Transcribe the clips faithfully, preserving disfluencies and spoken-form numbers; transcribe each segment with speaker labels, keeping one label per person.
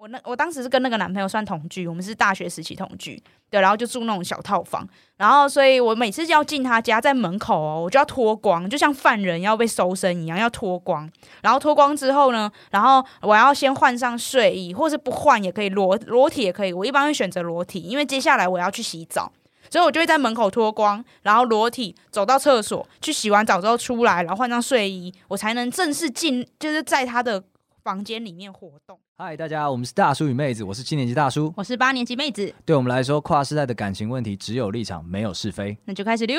Speaker 1: 我那我当时是跟那个男朋友算同居，我们是大学时期同居，对，然后就住那种小套房，然后所以我每次要进他家，在门口哦，我就要脱光，就像犯人要被搜身一样，要脱光。然后脱光之后呢，然后我要先换上睡衣，或是不换也可以，裸裸体也可以。我一般会选择裸体，因为接下来我要去洗澡，所以我就会在门口脱光，然后裸体走到厕所去洗完澡之后出来，然后换上睡衣，我才能正式进，就是在他的房间里面活动。
Speaker 2: 嗨，大家，我们是大叔与妹子，我是七年级大叔，
Speaker 1: 我是八年级妹子。
Speaker 2: 对我们来说，跨世代的感情问题只有立场，没有是非。
Speaker 1: 那就开始溜。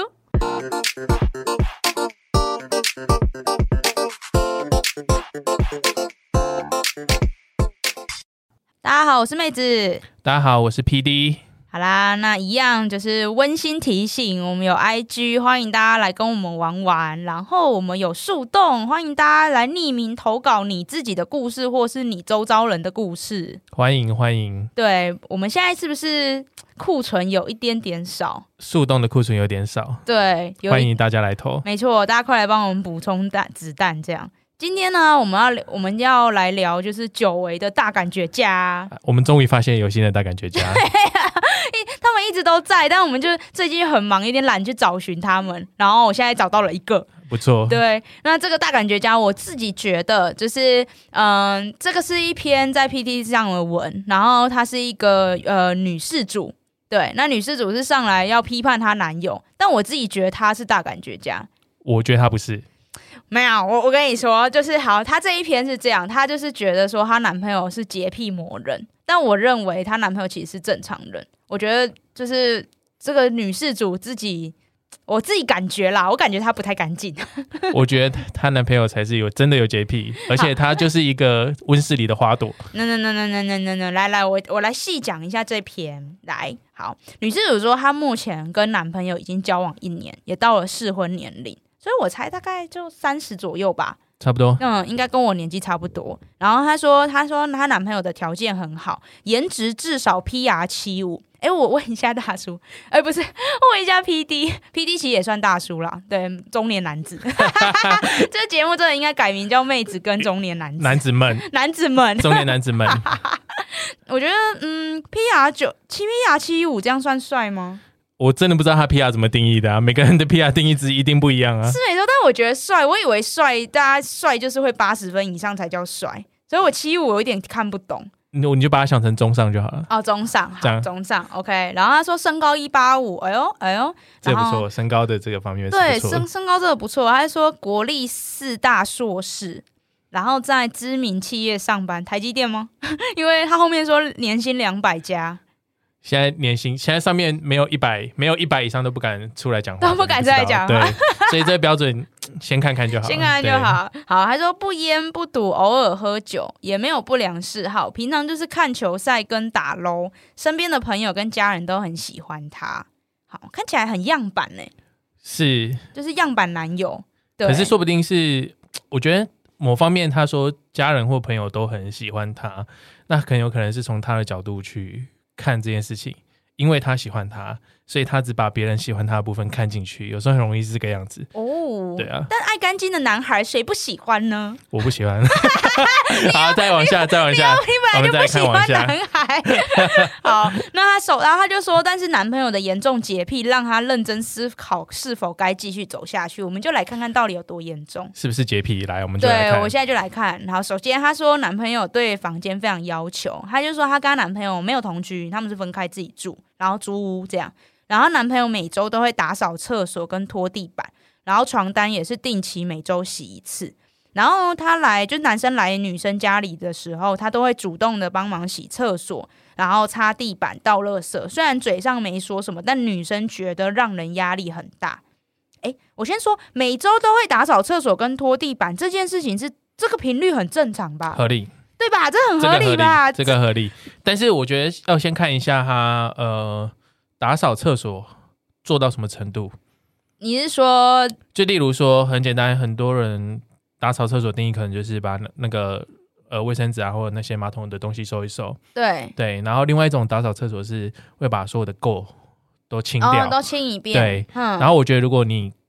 Speaker 1: 大家好，我是妹子。
Speaker 3: 大家好，我是 P D。
Speaker 1: 好啦，那一样就是温馨提醒，我们有 I G， 欢迎大家来跟我们玩玩。然后我们有树洞，欢迎大家来匿名投稿你自己的故事，或是你周遭人的故事。
Speaker 3: 欢迎欢迎。
Speaker 1: 对，我们现在是不是库存有一点点少？
Speaker 3: 树洞的库存有点少，
Speaker 1: 对，
Speaker 3: 欢迎大家来投。
Speaker 1: 没错，大家快来帮我们补充弹子弹，这样。今天呢，我们要我们要来聊就是久违的大感觉家。
Speaker 3: 我们终于发现有新的大感觉家。
Speaker 1: 他们一直都在，但我们就最近很忙，有点懒去找寻他们。然后我现在找到了一个，
Speaker 3: 不错。
Speaker 1: 对，那这个大感觉家，我自己觉得就是，嗯、呃，这个是一篇在 P T 上的文，然后她是一个呃女事主，对，那女事主是上来要批判她男友，但我自己觉得她是大感觉家，
Speaker 3: 我觉得她不是。
Speaker 1: 没有，我我跟你说，就是好，她这一篇是这样，她就是觉得说她男朋友是洁癖魔人，但我认为她男朋友其实是正常人。我觉得就是这个女事主自己，我自己感觉啦，我感觉她不太干净。
Speaker 3: 我觉得她男朋友才是有真的有洁癖，而且她就是一个温室里的花朵。
Speaker 1: 那那那那那那那那，来来，我我来细讲一下这篇。来，好，女事主说她目前跟男朋友已经交往一年，也到了适婚年龄。所以我猜大概就三十左右吧，
Speaker 3: 差不多，
Speaker 1: 嗯，应该跟我年纪差不多。然后她说，她说她男朋友的条件很好，颜值至少 P R 七十五。哎，我问一下大叔，哎，不是，问一下 P D，P D 其实也算大叔啦，对，中年男子。这个节目真的应该改名叫妹子跟中年男子，
Speaker 3: 男子们，
Speaker 1: 男子们，
Speaker 3: 中年男子们。
Speaker 1: 我觉得，嗯 ，P R 九七 P R 七十五这样算帅吗？
Speaker 3: 我真的不知道他 P R 怎么定义的啊，每个人的 P R 定义值一定不一样啊。
Speaker 1: 是没错，但我觉得帅，我以为帅，大家帅就是会八十分以上才叫帅，所以我七十五有一点看不懂。
Speaker 3: 你你就把它想成中上就好了。
Speaker 1: 哦，中上，好，中上 ，OK。然后他说身高一八五，哎呦哎呦，
Speaker 3: 这不错，身高的这个方面是不错。
Speaker 1: 对，身身高这个不错。他说国立四大硕士，然后在知名企业上班，台积电吗？因为他后面说年薪两百加。
Speaker 3: 现在年薪，现在上面没有一百，没有一百以上都不敢出来讲话，
Speaker 1: 都不敢出来讲话。
Speaker 3: 对，所以这个标准先看看就好，
Speaker 1: 先看看就好。好，他说不烟不赌，偶尔喝酒，也没有不良嗜好，平常就是看球赛跟打 L O， 身边的朋友跟家人都很喜欢他。好，看起来很样板呢、欸，
Speaker 3: 是，
Speaker 1: 就是样板男友。对，
Speaker 3: 可是说不定是，我觉得某方面他说家人或朋友都很喜欢他，那很有可能是从他的角度去看这件事情，因为他喜欢他，所以他只把别人喜欢他的部分看进去，有时候很容易是这个样子。
Speaker 1: 哦，
Speaker 3: 对啊。
Speaker 1: 但爱干净的男孩谁不喜欢呢？
Speaker 3: 我不喜欢。好，再往下，再往下，
Speaker 1: 你本来就不喜欢男孩。好，那他手，然后他就说，但是男朋友的严重洁癖让他认真思考是否该继续走下去。我们就来看看到底有多严重，
Speaker 3: 是不是洁癖？来，我们就来看。
Speaker 1: 对，我现在就来看。然后首先他说男朋友对房间非常要求，他就说他跟他男朋友没有同居，他们是分开自己住，然后租屋这样。然后男朋友每周都会打扫厕所跟拖地板，然后床单也是定期每周洗一次。然后他来，就男生来女生家里的时候，他都会主动的帮忙洗厕所，然后擦地板、倒垃圾。虽然嘴上没说什么，但女生觉得让人压力很大。诶，我先说，每周都会打扫厕所跟拖地板这件事情是这个频率很正常吧？
Speaker 3: 合理，
Speaker 1: 对吧？这很合理吧？
Speaker 3: 这个合理，这个合理。但是我觉得要先看一下他呃打扫厕所做到什么程度。
Speaker 1: 你是说，
Speaker 3: 就例如说很简单，很多人打扫厕所定义可能就是把那那个呃卫生纸啊或者那些马桶的东西收一收，
Speaker 1: 对
Speaker 3: 对。然后另外一种打扫厕所是会把所有的垢都清掉、
Speaker 1: 哦、都清一遍，
Speaker 3: 对、
Speaker 1: 嗯。
Speaker 3: 然后我觉得如果你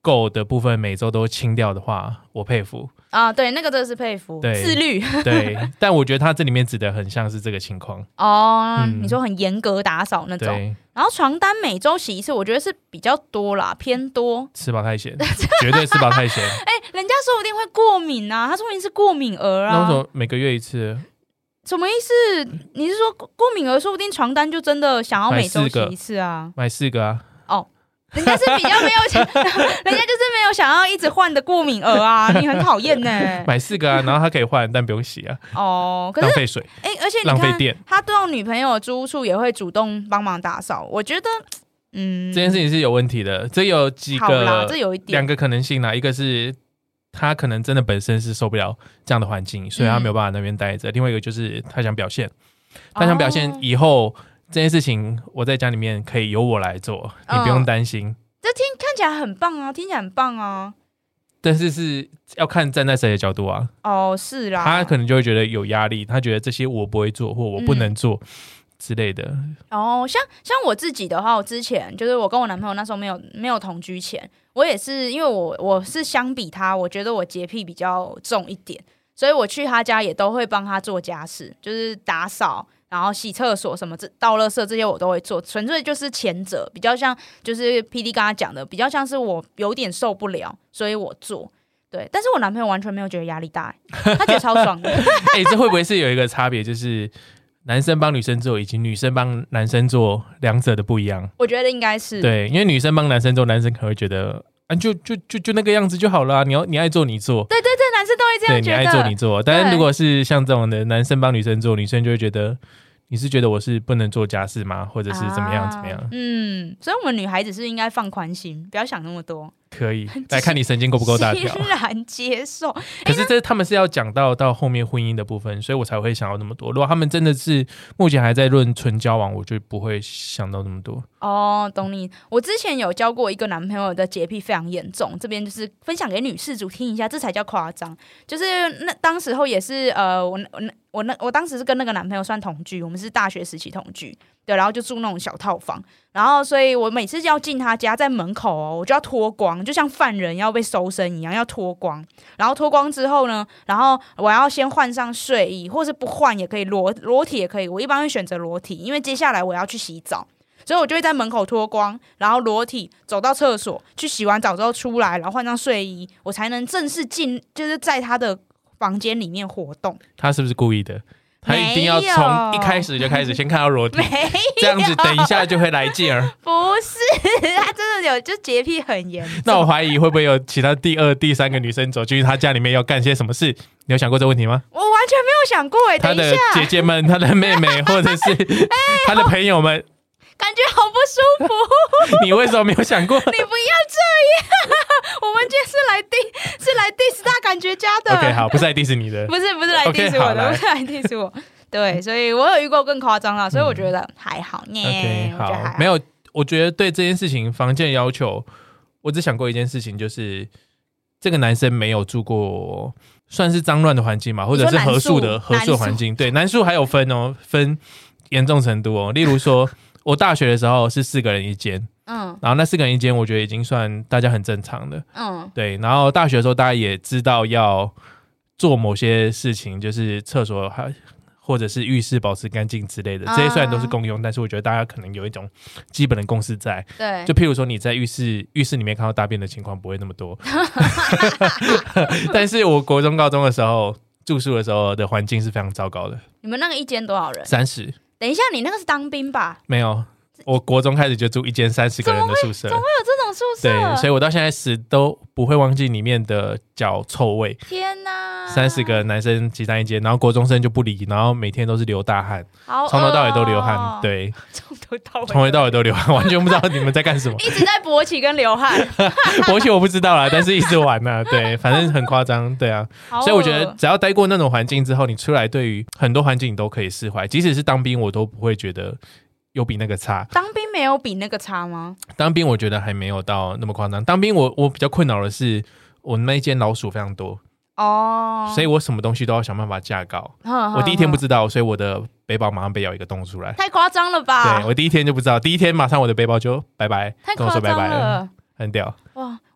Speaker 3: 够的部分每周都清掉的话，我佩服
Speaker 1: 啊。对，那个真的是佩服，自律。
Speaker 3: 对，但我觉得他这里面指的很像是这个情况
Speaker 1: 哦、嗯。你说很严格打扫那种，
Speaker 3: 对。
Speaker 1: 然后床单每周洗一次，我觉得是比较多啦，偏多。
Speaker 3: 吃饱太闲，绝对吃饱太闲。
Speaker 1: 哎、欸，人家说不定会过敏啊，他说不定是过敏儿啊。
Speaker 3: 那为什么每个月一次？
Speaker 1: 什么意思？你是说过敏儿说不定床单就真的想要每周洗一次啊？
Speaker 3: 买四个啊？
Speaker 1: 哦，人家是比较没有想，人家就是没有想要一直换的过敏儿啊，你很讨厌呢。
Speaker 3: 买四个啊，然后他可以换，但不用洗啊。
Speaker 1: 哦，可是
Speaker 3: 浪费水，
Speaker 1: 哎、欸，而且你
Speaker 3: 浪费电，
Speaker 1: 他对女朋友租屋处也会主动帮忙打扫，我觉得。嗯，
Speaker 3: 这件事情是有问题的，这有几个，
Speaker 1: 好啦，这有一点
Speaker 3: 两个可能性啦，一个是他可能真的本身是受不了这样的环境，所以他没有办法在那边待着、嗯、另外一个就是他想表现，他想表现以后、哦、这件事情我在家里面可以由我来做、嗯、你不用担心，
Speaker 1: 这听看起来很棒啊，听起来很棒啊，
Speaker 3: 但是是要看站在谁的角度啊。
Speaker 1: 哦，是啦，
Speaker 3: 他可能就会觉得有压力，他觉得这些我不会做或我不能做、嗯之类的。
Speaker 1: 哦，像像我自己的话，我之前就是我跟我男朋友那时候没有没有同居前，我也是因为我我是相比他，我觉得我洁癖比较重一点，所以我去他家也都会帮他做家事，就是打扫，然后洗厕所什么倒垃圾这些我都会做，纯粹就是前者比较像就是 P D 刚刚讲的，比较像是我有点受不了，所以我做。对，但是我男朋友完全没有觉得压力大，他觉得超爽的。
Speaker 3: 哎、欸，这会不会是有一个差别，就是男生帮女生做以及女生帮男生做两者的不一样？我
Speaker 1: 觉得应该是
Speaker 3: 对，因为女生帮男生做，男生可能会觉得啊，就就就就那个样子就好了、啊，你要你爱做你做。
Speaker 1: 对对对，男生都会这样觉得。
Speaker 3: 对，你爱做你做，但是如果是像这种的男生帮女生做，女生就会觉得你是觉得我是不能做家事吗？或者是怎么样怎么样？啊、
Speaker 1: 嗯，所以我们女孩子是应该放宽心，不要想那么多。
Speaker 3: 可以来看你神经够不够大条，
Speaker 1: 欣然接受。
Speaker 3: 可是这他们是要讲到到后面婚姻的部分，所以我才会想到那么多。如果他们真的是目前还在论纯交往，我就不会想到那么多。
Speaker 1: 哦，懂你。我之前有交过一个男朋友的洁癖非常严重，这边就是分享给女事主听一下，这才叫夸张。就是那当时候也是呃，我我我那我当时是跟那个男朋友算同居，我们是大学时期同居。对，然后就住那种小套房，然后所以我每次要进他家，在门口哦，我就要脱光，就像犯人要被搜身一样，要脱光。然后脱光之后呢，然后我要先换上睡衣，或是不换也可以，裸裸体也可以。我一般会选择裸体，因为接下来我要去洗澡，所以我就会在门口脱光，然后裸体走到厕所去洗完澡之后出来，然后换上睡衣，我才能正式进，就是在他的房间里面活动。
Speaker 3: 他是不是故意的？他一定要从一开始就开始先看到裸体，这样子等一下就会来劲儿。
Speaker 1: 不是，他真的有就洁癖很严重。
Speaker 3: 那我怀疑会不会有其他第二、第三个女生走进他家里面要干些什么事？你有想过这个问题吗？
Speaker 1: 我完全没有想过哎、欸。
Speaker 3: 他的姐姐们、他的妹妹或者是他的朋友们，
Speaker 1: 感觉好不舒服。
Speaker 3: 你为什么没有想过？
Speaker 1: 你不要这样，我们今天是来 diss 是来 diss 大感觉家的。
Speaker 3: OK， 好，不是来 diss 你的，
Speaker 1: 不是不是来 diss 我的，
Speaker 3: okay,
Speaker 1: 不是来 diss 我。对，所以我有遇过更夸张啦，所以我觉得还好。嗯、
Speaker 3: OK， 好，
Speaker 1: 好
Speaker 3: 没有，我觉得对这件事情房间要求，我只想过一件事情，就是这个男生没有住过算是脏乱的环境嘛，或者是合宿的合宿环境。对，男宿还有分哦，分严重程度哦。例如说，我大学的时候是四个人一间，嗯，然后那四个人一间，我觉得已经算大家很正常的，嗯，对。然后大学的时候，大家也知道要做某些事情，就是厕所还。或者是浴室保持干净之类的，这些虽然都是公用，嗯、但是我觉得大家可能有一种基本的共识在。
Speaker 1: 对，
Speaker 3: 就譬如说你在浴室浴室里面看到大便的情况不会那么多，但是我国中高中的时候住宿的时候的环境是非常糟糕的。
Speaker 1: 你们那个一间多少人？
Speaker 3: 三十。
Speaker 1: 等一下，你那个是当兵吧？
Speaker 3: 没有。我国中开始就住一间三十个人的宿舍，
Speaker 1: 怎么会有这种宿舍？
Speaker 3: 对，所以我到现在死都不会忘记里面的脚臭味。
Speaker 1: 天哪！
Speaker 3: 三十个男生挤在一间，然后国中生就不理，然后每天都是流大汗，
Speaker 1: 从
Speaker 3: 头到尾都流汗。对，
Speaker 1: 从头到尾，
Speaker 3: 从头到尾都流汗，完全不知道你们在干什么，
Speaker 1: 一直在勃起跟流汗。
Speaker 3: 勃起我不知道啦，但是一直玩啊，对，反正很夸张，对啊。所以我觉得只要待过那种环境之后，你出来对于很多环境你都可以释怀，即使是当兵，我都不会觉得。有比那个差？
Speaker 1: 当兵没有比那个差吗？
Speaker 3: 当兵我觉得还没有到那么夸张。当兵我我比较困扰的是，我那一间老鼠非常多哦，所以我什么东西都要想办法架高。呵呵呵我第一天不知道，所以我的背包马上被咬一个洞出来，
Speaker 1: 太夸张了吧？
Speaker 3: 对，我第一天就不知道，第一天马上我的背包就拜拜，跟我说拜拜了，很屌。
Speaker 1: 哇！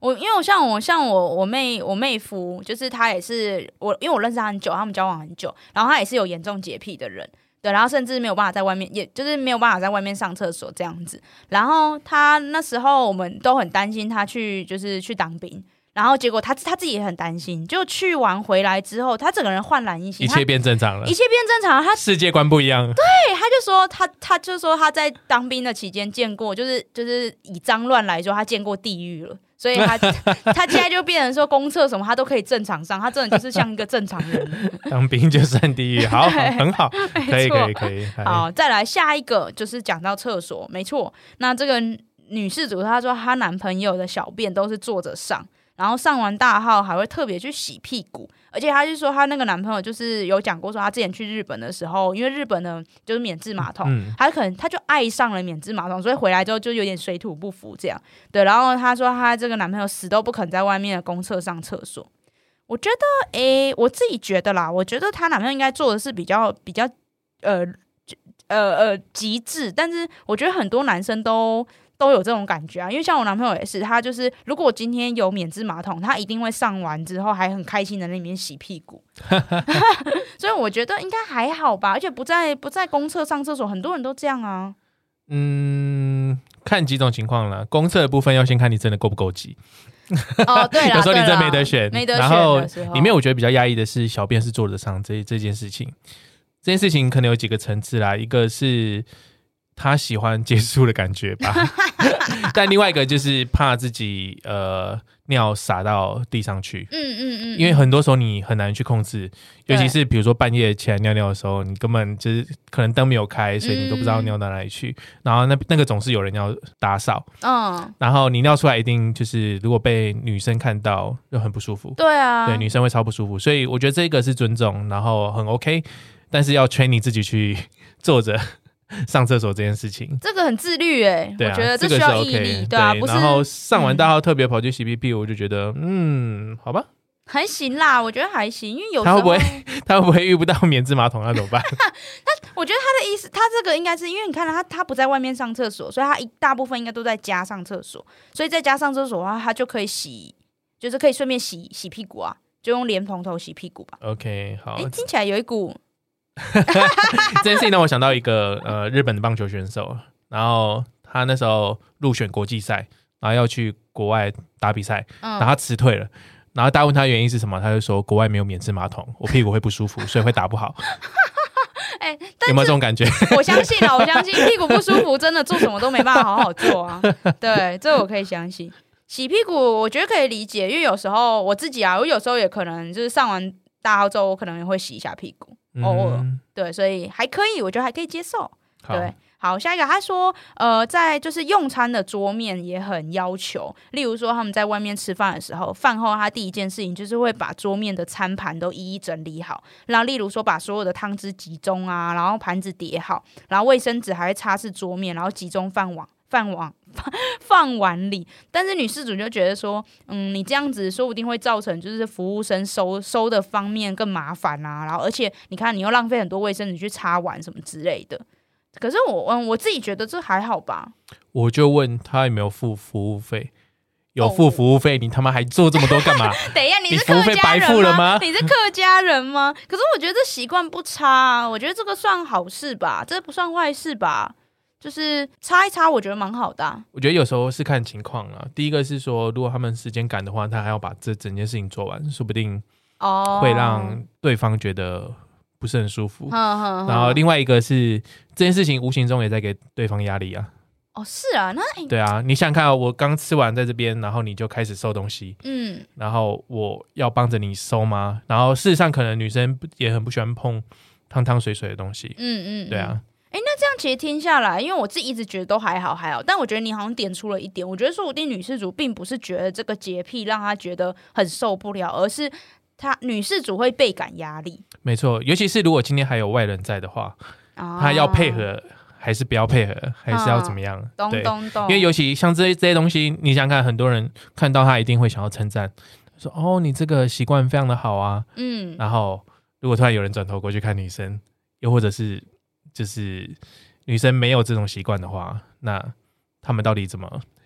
Speaker 1: 我因为我像我像我我妹我妹夫，就是他也是我，因为我认识他很久，他们交往很久，然后他也是有严重洁癖的人。对，然后甚至没有办法在外面，也就是没有办法在外面上厕所这样子。然后他那时候我们都很担心他去，就是去当兵。然后结果他他自己也很担心，就去完回来之后，他整个人焕然一新，
Speaker 3: 一切变正常了，
Speaker 1: 一切变正常了。他
Speaker 3: 世界观不一样。
Speaker 1: 对，他就说他他就说他在当兵的期间见过，就是就是以脏乱来说，他见过地狱了。所以他他现在就变成说公厕什么他都可以正常上，他真的就是像一个正常人。
Speaker 3: 当兵就算地狱，好，很好，可以可以可以。
Speaker 1: 好，再来下一个就是讲到厕所，没错。那这个女事主她说她男朋友的小便都是坐着上，然后上完大号还会特别去洗屁股，而且她就说她那个男朋友就是有讲过说，她之前去日本的时候，因为日本呢就是免治马桶，嗯、她可能她就爱上了免治马桶，所以回来之后就有点水土不服这样。对，然后她说她这个男朋友死都不肯在外面的公厕上厕所。我觉得，诶，我自己觉得啦，我觉得她男朋友应该做的是比较比较呃呃呃极致，但是我觉得很多男生都。都有这种感觉啊，因为像我男朋友也是，他就是如果我今天有免治马桶，他一定会上完之后还很开心的在里面洗屁股，所以我觉得应该还好吧，而且不在不在公厕上厕所，很多人都这样啊。
Speaker 3: 嗯，看几种情况啦，公厕的部分要先看你真的够不够急。
Speaker 1: 哦，对啦，
Speaker 3: 有时候你真没得选，
Speaker 1: 没得选
Speaker 3: 然后
Speaker 1: 的时候，
Speaker 3: 里面我觉得比较压抑的是小便是坐得上这这件事情，这件事情可能有几个层次啦，一个是。他喜欢结束的感觉吧，但另外一个就是怕自己呃尿洒到地上去，嗯嗯嗯，因为很多时候你很难去控制，尤其是比如说半夜起来尿尿的时候，你根本就是可能灯没有开，所以你都不知道尿到哪里去，嗯、然后那那个总是有人要打扫，嗯，然后你尿出来一定就是如果被女生看到就很不舒服，
Speaker 1: 对啊，
Speaker 3: 对，女生会超不舒服，所以我觉得这个是尊重，然后很 OK， 但是要train你自己去坐着。上厕所这件事情，
Speaker 1: 这个很自律哎、欸，
Speaker 3: 啊、
Speaker 1: 我觉得这需要毅力，
Speaker 3: 这个 OK，
Speaker 1: 对啊，不是。
Speaker 3: 然后上完大号特别跑去洗屁屁，我就觉得，嗯，好吧，
Speaker 1: 还行啦，我觉得还行，因为有时
Speaker 3: 候他会不会他会不会遇不到免治马桶，那怎么办？
Speaker 1: 他我觉得他的意思，他这个应该是因为你看他他不在外面上厕所，所以他一大部分应该都在家上厕所，所以在家上厕所的话，他就可以洗，就是可以顺便洗洗屁股啊，就用莲蓬头洗屁股吧。
Speaker 3: OK， 好，
Speaker 1: 哎，听起来有一股。
Speaker 3: 这件事情让我想到一个呃日本的棒球选手，然后他那时候入选国际赛，然后要去国外打比赛，嗯、然后他辞退了，然后大家问他原因是什么，他就说国外没有免治马桶，我屁股会不舒服，所以会打不好。
Speaker 1: 哎、欸，
Speaker 3: 有没有这种感觉？
Speaker 1: 我相信啦，我相信屁股不舒服，真的做什么都没办法好好做啊。对，这我可以相信。洗屁股我觉得可以理解，因为有时候我自己啊，我有时候也可能就是上完大号之后，我可能也会洗一下屁股。偶尔、嗯、对，所以还可以，我觉得还可以接受。对，好，下一个他说，呃，在就是用餐的桌面也很要求，例如说他们在外面吃饭的时候，饭后他第一件事情就是会把桌面的餐盘都一一整理好，然后例如说把所有的汤汁集中啊，然后盘子叠好，然后卫生纸还会擦拭桌面，然后集中饭碗。饭碗放碗里，但是女事主就觉得说，嗯，你这样子说不定会造成就是服务生收收的方面更麻烦啊，然后而且你看你又浪费很多卫生纸去擦碗什么之类的。可是我嗯我自己觉得这还好吧。
Speaker 3: 我就问他有没有付服务费，有付服务费，你他妈还做这么多干嘛？
Speaker 1: 等一下，你是
Speaker 3: 客家人吗？
Speaker 1: 你是客家人吗？可是我觉得这习惯不差啊，我觉得这个算好事吧，这不算坏事吧。就是擦一擦，我觉得蛮好的、啊。
Speaker 3: 我觉得有时候是看情况啦。第一个是说，如果他们时间赶的话，他还要把这整件事情做完，说不定会让对方觉得不是很舒服。哦、然后另外一个是这件事情无形中也在给对方压力啊。
Speaker 1: 哦，是啊，那
Speaker 3: 对啊，你想想看、哦，我刚吃完在这边，然后你就开始收东西，嗯，然后我要帮着你收吗？然后事实上，可能女生也很不喜欢碰汤汤水水的东西。嗯嗯，对啊。
Speaker 1: 哎，那这样其实听下来，因为我自己一直觉得都还好还好，但我觉得你好像点出了一点，我觉得说不定女事主并不是觉得这个洁癖让她觉得很受不了，而是她女事主会倍感压力。
Speaker 3: 没错，尤其是如果今天还有外人在的话，哦、她要配合还是不要配合，还是要怎么样？
Speaker 1: 懂懂懂。
Speaker 3: 因为尤其像这些这些东西，你想想看，很多人看到他一定会想要称赞，说哦，你这个习惯非常的好啊。嗯。然后如果突然有人转头过去看女生，又或者是。就是女生没有这种习惯的话，那他们到底怎么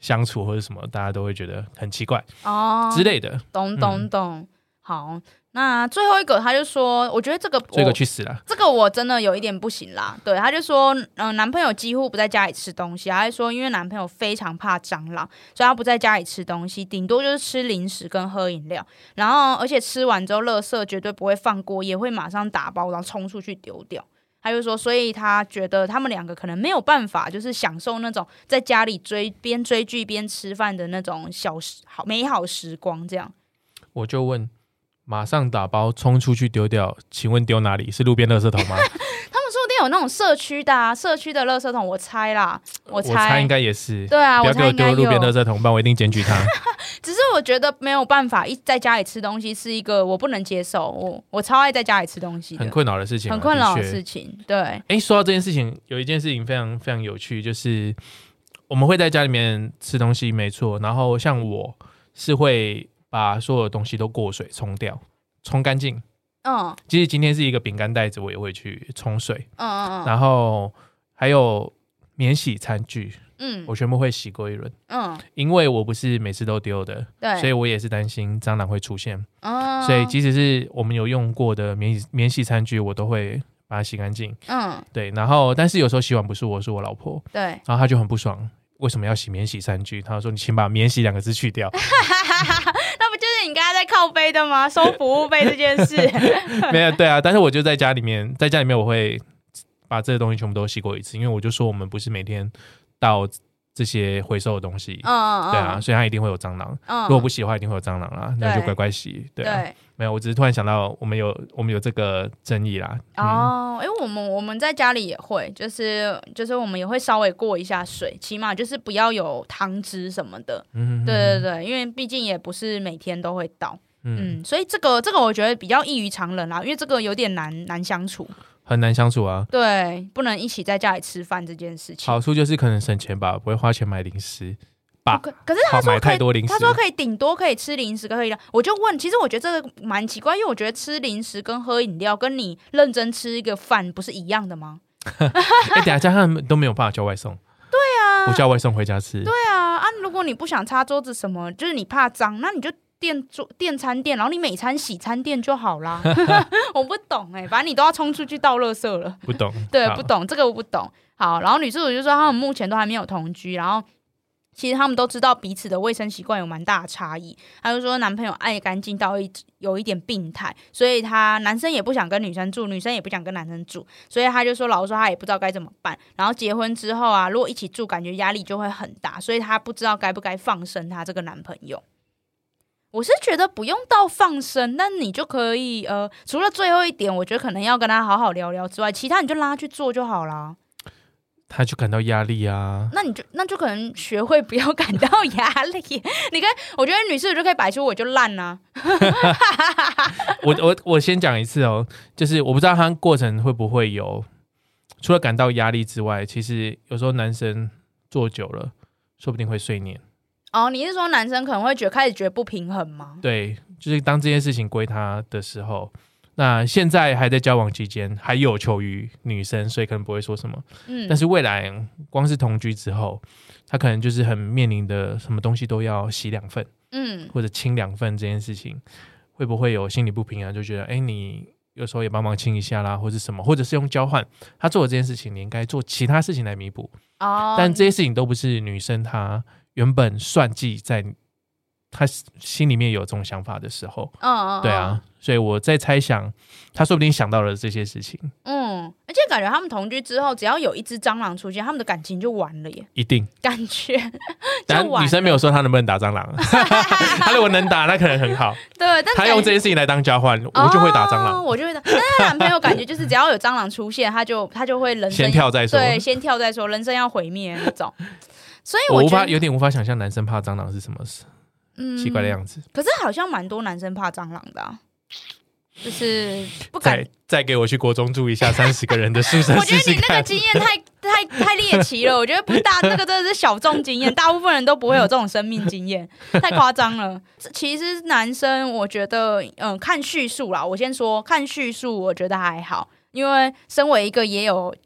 Speaker 3: 相处或者什么，大家都会觉得很奇怪
Speaker 1: 哦
Speaker 3: 之类的。
Speaker 1: 懂懂懂、嗯，好。那最后一个，他就说，我觉得这个
Speaker 3: 这个去死啦，
Speaker 1: 这个我真的有一点不行啦。对，他就说，嗯、呃，男朋友几乎不在家里吃东西，他就说，因为男朋友非常怕蟑螂，所以他不在家里吃东西，顶多就是吃零食跟喝饮料。然后，而且吃完之后，垃圾绝对不会放过，也会马上打包，然后冲出去丢掉。他就说，所以他觉得他们两个可能没有办法，就是享受那种在家里追边追剧边吃饭的那种小时好美好时光。这样，我
Speaker 3: 就问。马上打包冲出去丢掉，请问丢哪里？是路边垃圾桶吗？
Speaker 1: 他们说不定有那种社区的啊，社区的垃圾桶，我猜啦，我猜，
Speaker 3: 我猜应该也是。
Speaker 1: 对啊，
Speaker 3: 不要给我丢路边垃圾桶，不然我一定检举他。
Speaker 1: 只是我觉得没有办法，一在家里吃东西是一个我不能接受，我我超爱在家里吃东西的，
Speaker 3: 很困扰的事情、啊，
Speaker 1: 很困扰的事情。对，
Speaker 3: 哎，说到这件事情，有一件事情非常非常有趣，就是我们会在家里面吃东西，没错。然后像我是会把所有的东西都过水冲掉。冲干净，嗯，其实今天是一个饼干袋子，我也会去冲水，嗯嗯嗯，然后还有免洗餐具，嗯，我全部会洗过一轮，嗯，因为我不是每次都丢的，对，所以我也是担心蟑螂会出现，哦，所以即使是我们有用过的免洗免洗餐具，我都会把它洗干净，嗯，对，然后但是有时候洗碗不是我，是我老婆，对，然后她就很不爽，为什么要洗免洗餐具？她说你请把免洗两个字去掉。
Speaker 1: 那不就是你刚刚在靠背的吗？收服务费这件事。
Speaker 3: 没有，对啊，但是我就在家里面，在家里面我会把这些东西全部都洗过一次，因为我就说我们不是每天倒这些回收的东西，嗯嗯对啊，所以它一定会有蟑螂。嗯、如果不洗的话，一定会有蟑螂啦，那就乖乖洗。对啊，对没有，我只是突然想到，我们有我们有这个争议啦。
Speaker 1: 哦，因为我们我们在家里也会，就是就是我们也会稍微过一下水，起码就是不要有汤汁什么的。嗯，对对对，因为毕竟也不是每天都会倒。嗯，嗯所以这个这个我觉得比较异于常人啦，因为这个有点难难相处。
Speaker 3: 很难相处啊，
Speaker 1: 对，不能一起在家里吃饭这件事情。
Speaker 3: 好处就是可能省钱吧，不会花钱买零食吧。
Speaker 1: 可可是他说
Speaker 3: 买太多零食，
Speaker 1: 他说可以顶多可以吃零食跟喝饮料。我就问，其实我觉得这个蛮奇怪，因为我觉得吃零食跟喝饮料跟你认真吃一个饭不是一样的吗？
Speaker 3: 哎、欸，等一下他们都没有办法叫外送。
Speaker 1: 对啊，
Speaker 3: 不叫外送回家吃。
Speaker 1: 对啊，啊，如果你不想擦桌子什么，就是你怕脏，那你就垫桌垫餐垫，然后你每餐洗餐垫就好啦。我不懂哎、欸，反正你都要冲出去倒垃圾了。
Speaker 3: 不懂，
Speaker 1: 对，不懂这个我不懂。好，然后女事主就说他们目前都还没有同居，然后其实他们都知道彼此的卫生习惯有蛮大的差异。他就说男朋友爱干净到一有一点病态，所以他男生也不想跟女生住，女生也不想跟男生住，所以他就说老实说他也不知道该怎么办。然后结婚之后啊，如果一起住，感觉压力就会很大，所以他不知道该不该放生他这个男朋友。我是觉得不用到放生，但你就可以呃，除了最后一点，我觉得可能要跟他好好聊聊之外，其他你就让他去做就好啦。
Speaker 3: 他就感到压力啊，
Speaker 1: 那你就那就可能学会不要感到压力。你看，我觉得女士就可以摆出我就烂啊。
Speaker 3: 我我我先讲一次哦，就是我不知道他过程会不会有，除了感到压力之外，其实有时候男生做久了，说不定会碎念。
Speaker 1: 哦，你是说男生可能会觉得开始觉得不平衡吗？
Speaker 3: 对，就是当这件事情归他的时候，那现在还在交往期间，还有求于女生，所以可能不会说什么。嗯，但是未来光是同居之后，他可能就是很面临的什么东西都要洗两份，嗯，或者清两份这件事情，会不会有心理不平衡？就觉得，哎，你有时候也帮忙清一下啦，或者什么，或者是用交换，他做的这件事情，你应该做其他事情来弥补。哦，但这些事情都不是女生她原本算计在他心里面有这种想法的时候，嗯，对啊，所以我在猜想，他说不定想到了这些事情。嗯，
Speaker 1: 而且感觉他们同居之后，只要有一只蟑螂出现，他们的感情就完了耶。
Speaker 3: 一定
Speaker 1: 感觉
Speaker 3: 就完了。女生没有说他能不能打蟑螂，他如果能打，那可能很好。
Speaker 1: 对，但
Speaker 3: 他用这件事情来当交换，我就会打蟑螂，
Speaker 1: 哦、我就会打。但他男朋友感觉就是只要有蟑螂出现，他就他就会人生
Speaker 3: 先跳再说，
Speaker 1: 对，先跳再说，人生要毁灭那种。所以
Speaker 3: 我,
Speaker 1: 我
Speaker 3: 无法有点无法想象男生怕蟑螂是什么事。嗯，奇怪的样子。
Speaker 1: 可是好像蛮多男生怕蟑螂的、啊，就是不敢。
Speaker 3: 再再给我去国中住一下三十个人的宿舍试试看。
Speaker 1: 我觉得你那个经验太太太猎奇了，我觉得不是大那个真的是小众经验，大部分人都不会有这种生命经验，太夸张了。其实男生我觉得，嗯，看叙述啦，我先说看叙述，我觉得还好，因为身为一个也有。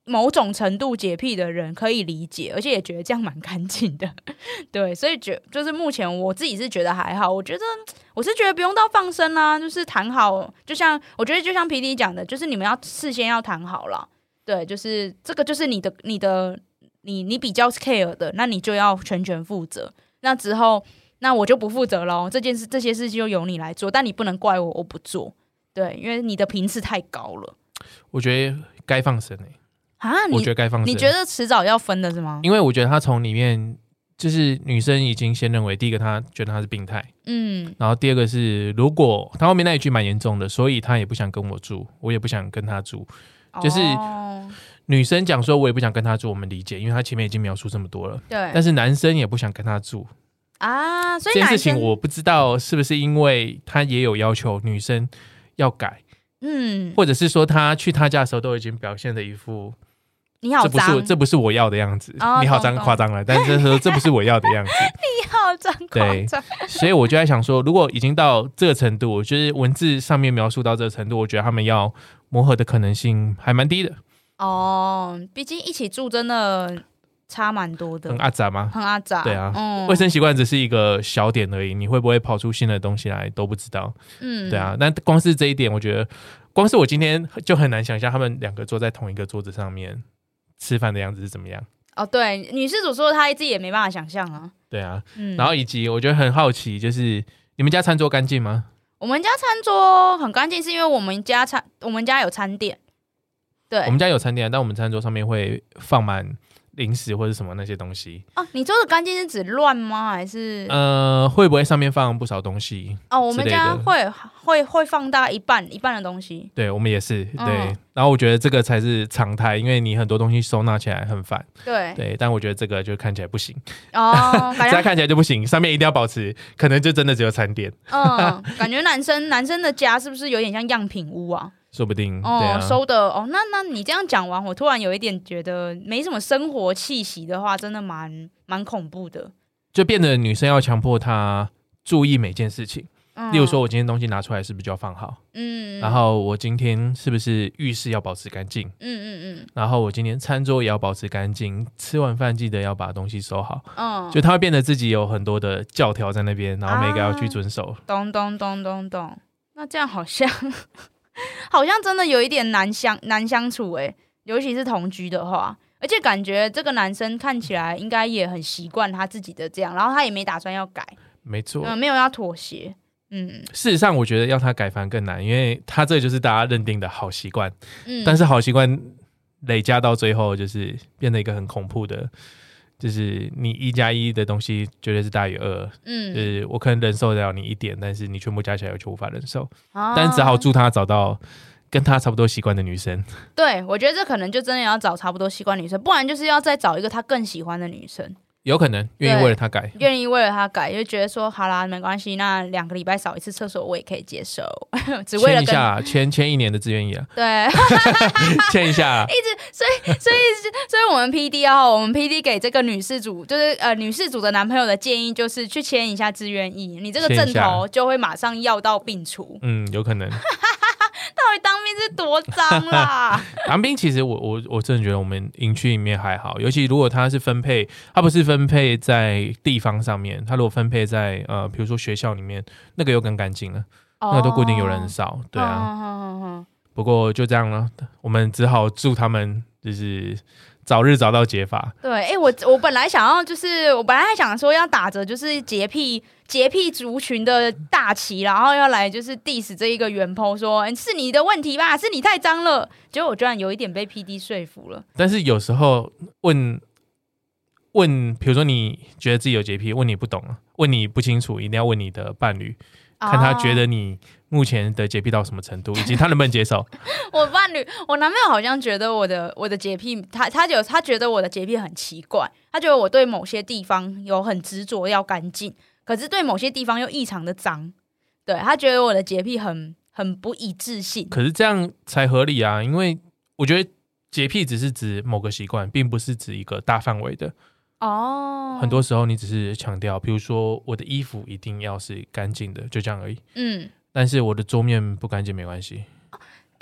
Speaker 1: 某种程度洁癖的人可以理解，而且也觉得这样蛮干净的。对，所以觉就是目前我自己是觉得还好，我觉得我是觉得不用到放生啦、啊，就是谈好，就像我觉得就像 P D 讲的，就是你们要事先要谈好了，对，就是这个就是你的你的你你比较 care 的，那你就要全权负责。那之后那我就不负责咯，这件事这些事情就由你来做，但你不能怪我我不做，对，因为你的频次太高了。我
Speaker 3: 觉得该放生欸
Speaker 1: 啊，
Speaker 3: 我觉得该放生。
Speaker 1: 你觉得迟早要分的是吗？
Speaker 3: 因为我觉得他从里面就是女生已经先认为，第一个他觉得他是病态，嗯，然后第二个是如果他后面那一句蛮严重的，所以他也不想跟我住，我也不想跟他住，就是女生讲说我也不想跟他住，我们理解，因为他前面已经描述这么多了，对，但是男生也不想跟他住啊，所以这件事情我不知道是不是因为他也有要求女生要改，嗯，或者是说他去他家的时候都已经表现的一副
Speaker 1: 你好脏，
Speaker 3: 这不是这不是我要的样子，哦、你好脏夸张了，但是说这不是我要的样子，
Speaker 1: 你好脏夸张，
Speaker 3: 所以我就在想说，如果已经到这个程度，就是文字上面描述到这个程度，我觉得他们要磨合的可能性还蛮低的。哦，
Speaker 1: 毕竟一起住真的差蛮多的，
Speaker 3: 很阿杂吗？
Speaker 1: 很阿杂，
Speaker 3: 对啊，嗯、卫生习惯只是一个小点而已，你会不会跑出新的东西来都不知道。嗯，对啊，但光是这一点，我觉得光是我今天就很难想象他们两个坐在同一个桌子上面吃饭的样子是怎么样。
Speaker 1: 哦，对，女事主说她自己也没办法想象啊。
Speaker 3: 对啊，嗯、然后以及我觉得很好奇，就是你们家餐桌干净吗？
Speaker 1: 我们家餐桌很干净，是因为我们家餐我们家有餐垫。对，
Speaker 3: 我们家有餐垫，但我们餐桌上面会放满零食或者什么那些东西。
Speaker 1: 哦，你说的干净是指乱吗？还是
Speaker 3: 呃，会不会上面放不少东西？
Speaker 1: 哦，我们家会会会放大概一半一半的东西。
Speaker 3: 对，我们也是。对，嗯、然后我觉得这个才是常态，因为你很多东西收纳起来很烦。对对，但我觉得这个就看起来不行。哦，这样看起来就不行，上面一定要保持，可能就真的只有餐垫。
Speaker 1: 嗯，感觉男生男生的家是不是有点像样品屋啊？
Speaker 3: 说不定
Speaker 1: 哦，
Speaker 3: 对啊、
Speaker 1: 收的哦，那那你这样讲完，我突然有一点觉得没什么生活气息的话，真的蛮蛮恐怖的。
Speaker 3: 就变得女生要强迫她注意每件事情，嗯、例如说我今天东西拿出来是不是就要放好？嗯，然后我今天是不是浴室要保持干净？嗯嗯嗯，然后我今天餐桌也要保持干净，吃完饭记得要把东西收好。嗯，就她会变得自己有很多的教条在那边，然后每个要去遵守。
Speaker 1: 咚咚咚咚咚，那这样好像。好像真的有一点难相难相处哎、欸，尤其是同居的话，而且感觉这个男生看起来应该也很习惯他自己的这样，然后他也没打算要改，
Speaker 3: 没错、
Speaker 1: 嗯，没有要妥协。嗯，
Speaker 3: 事实上我觉得要他改反而更难，因为他这就是大家认定的好习惯，嗯，但是好习惯累加到最后就是变得一个很恐怖的。就是你一加一的东西绝对是大于二，嗯，就是我可能忍受得了你一点，但是你全部加起来我就无法忍受，哦、但只好祝他找到跟他差不多习惯的女生。
Speaker 1: 对，我觉得这可能就真的要找差不多习惯的女生，不然就是要再找一个他更喜欢的女生。
Speaker 3: 有可能愿意为了他改，
Speaker 1: 愿意为了他改，就觉得说好啦，没关系，那两个礼拜扫一次厕所我也可以接受，只为了
Speaker 3: 签一下，签签一年的自愿意啊，
Speaker 1: 对，
Speaker 3: 签一下，
Speaker 1: 一直，所以所以所以我们 P D 啊，我们 P D 给这个女事主，就是呃女事主的男朋友的建议就是去签一下自愿意，你这个阵头就会马上药到病除，
Speaker 3: 嗯，有可能。
Speaker 1: 到底当兵是多脏啦？
Speaker 3: 当兵其实我我我真的觉得我们营区里面还好，尤其如果他是分配，他不是分配在地方上面，他如果分配在呃比如说学校里面，那个又更干净了，哦、那个都固定有人扫，对啊。哦哦哦哦、不过就这样了，我们只好祝他们就是早日找到解法。
Speaker 1: 对，哎、欸，我我本来想要就是我本来还想说要打着就是洁癖。洁癖族群的大旗，然后要来就是 diss 这一个原 po 说、欸、是你的问题吧，是你太脏了。结果我居然有一点被 P D 说服了。
Speaker 3: 但是有时候问问，比如说你觉得自己有洁癖，问你不懂，问你不清楚，一定要问你的伴侣，看他觉得你目前的洁癖到什么程度，以及他能不能接受。
Speaker 1: 我伴侣，我男朋友好像觉得我的我的洁癖，他他有他觉得我的洁癖很奇怪，他觉得我对某些地方有很执着要干净。可是对某些地方又异常的脏，对，他觉得我的洁癖很很不一致性。
Speaker 3: 可是这样才合理啊，因为我觉得洁癖只是指某个习惯，并不是指一个大范围的。哦，很多时候你只是强调，比如说我的衣服一定要是干净的，就这样而已。嗯，但是我的桌面不干净没关系。
Speaker 1: 哎、欸，所以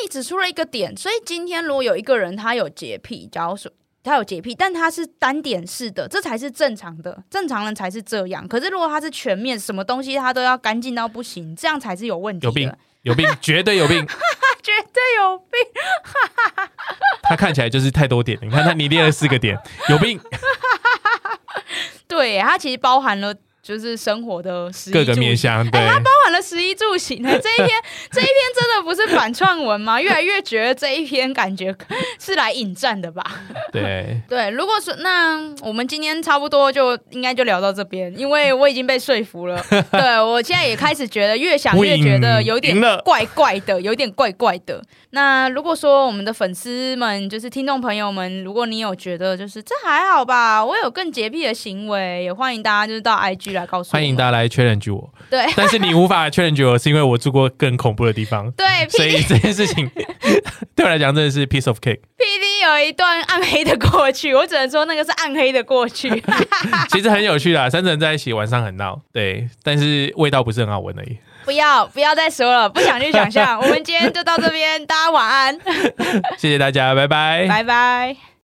Speaker 1: 你指出了一个点，所以今天如果有一个人他有洁癖，假如说他有洁癖，但他是单点式的，这才是正常的，正常人才是这样。可是如果他是全面，什么东西他都要干净到不行，这样才是有问题的。
Speaker 3: 有病，有病，绝对有病，
Speaker 1: 绝对有病。
Speaker 3: 他看起来就是太多点，你看他，你列了四个点，有病。
Speaker 1: 对，它其实包含了就是生活的食衣住行
Speaker 3: 各个面向，对，
Speaker 1: 欸、它包含了食衣住行、欸。这一篇这一篇真的不是反串文吗？越来越觉得这一篇感觉是来引战的吧？
Speaker 3: 对
Speaker 1: 对，如果说那我们今天差不多就应该就聊到这边，因为我已经被说服了。对，我现在也开始觉得越想越觉得有点怪怪的，有点怪怪的。那如果说我们的粉丝们，就是听众朋友们，如果你有觉得就是这还好吧，我有更洁癖的行为，也欢迎大家就是到 I G 来告诉我，
Speaker 3: 欢迎大家来 challenge 我。
Speaker 1: 对，
Speaker 3: 但是你无法 challenge 我，是因为我住过更恐怖的地方。
Speaker 1: 对，
Speaker 3: 所以这件事情对我来讲真的是 piece of cake。
Speaker 1: P D 有一段暗黑的过去，我只能说那个是暗黑的过去。
Speaker 3: 其实很有趣啦，三个人在一起晚上很闹，对，但是味道不是很好闻而已。
Speaker 1: 不要不要再说了，不想去想象。我们今天就到这边，大家晚安。
Speaker 3: 谢谢大家，拜拜，
Speaker 1: 拜拜。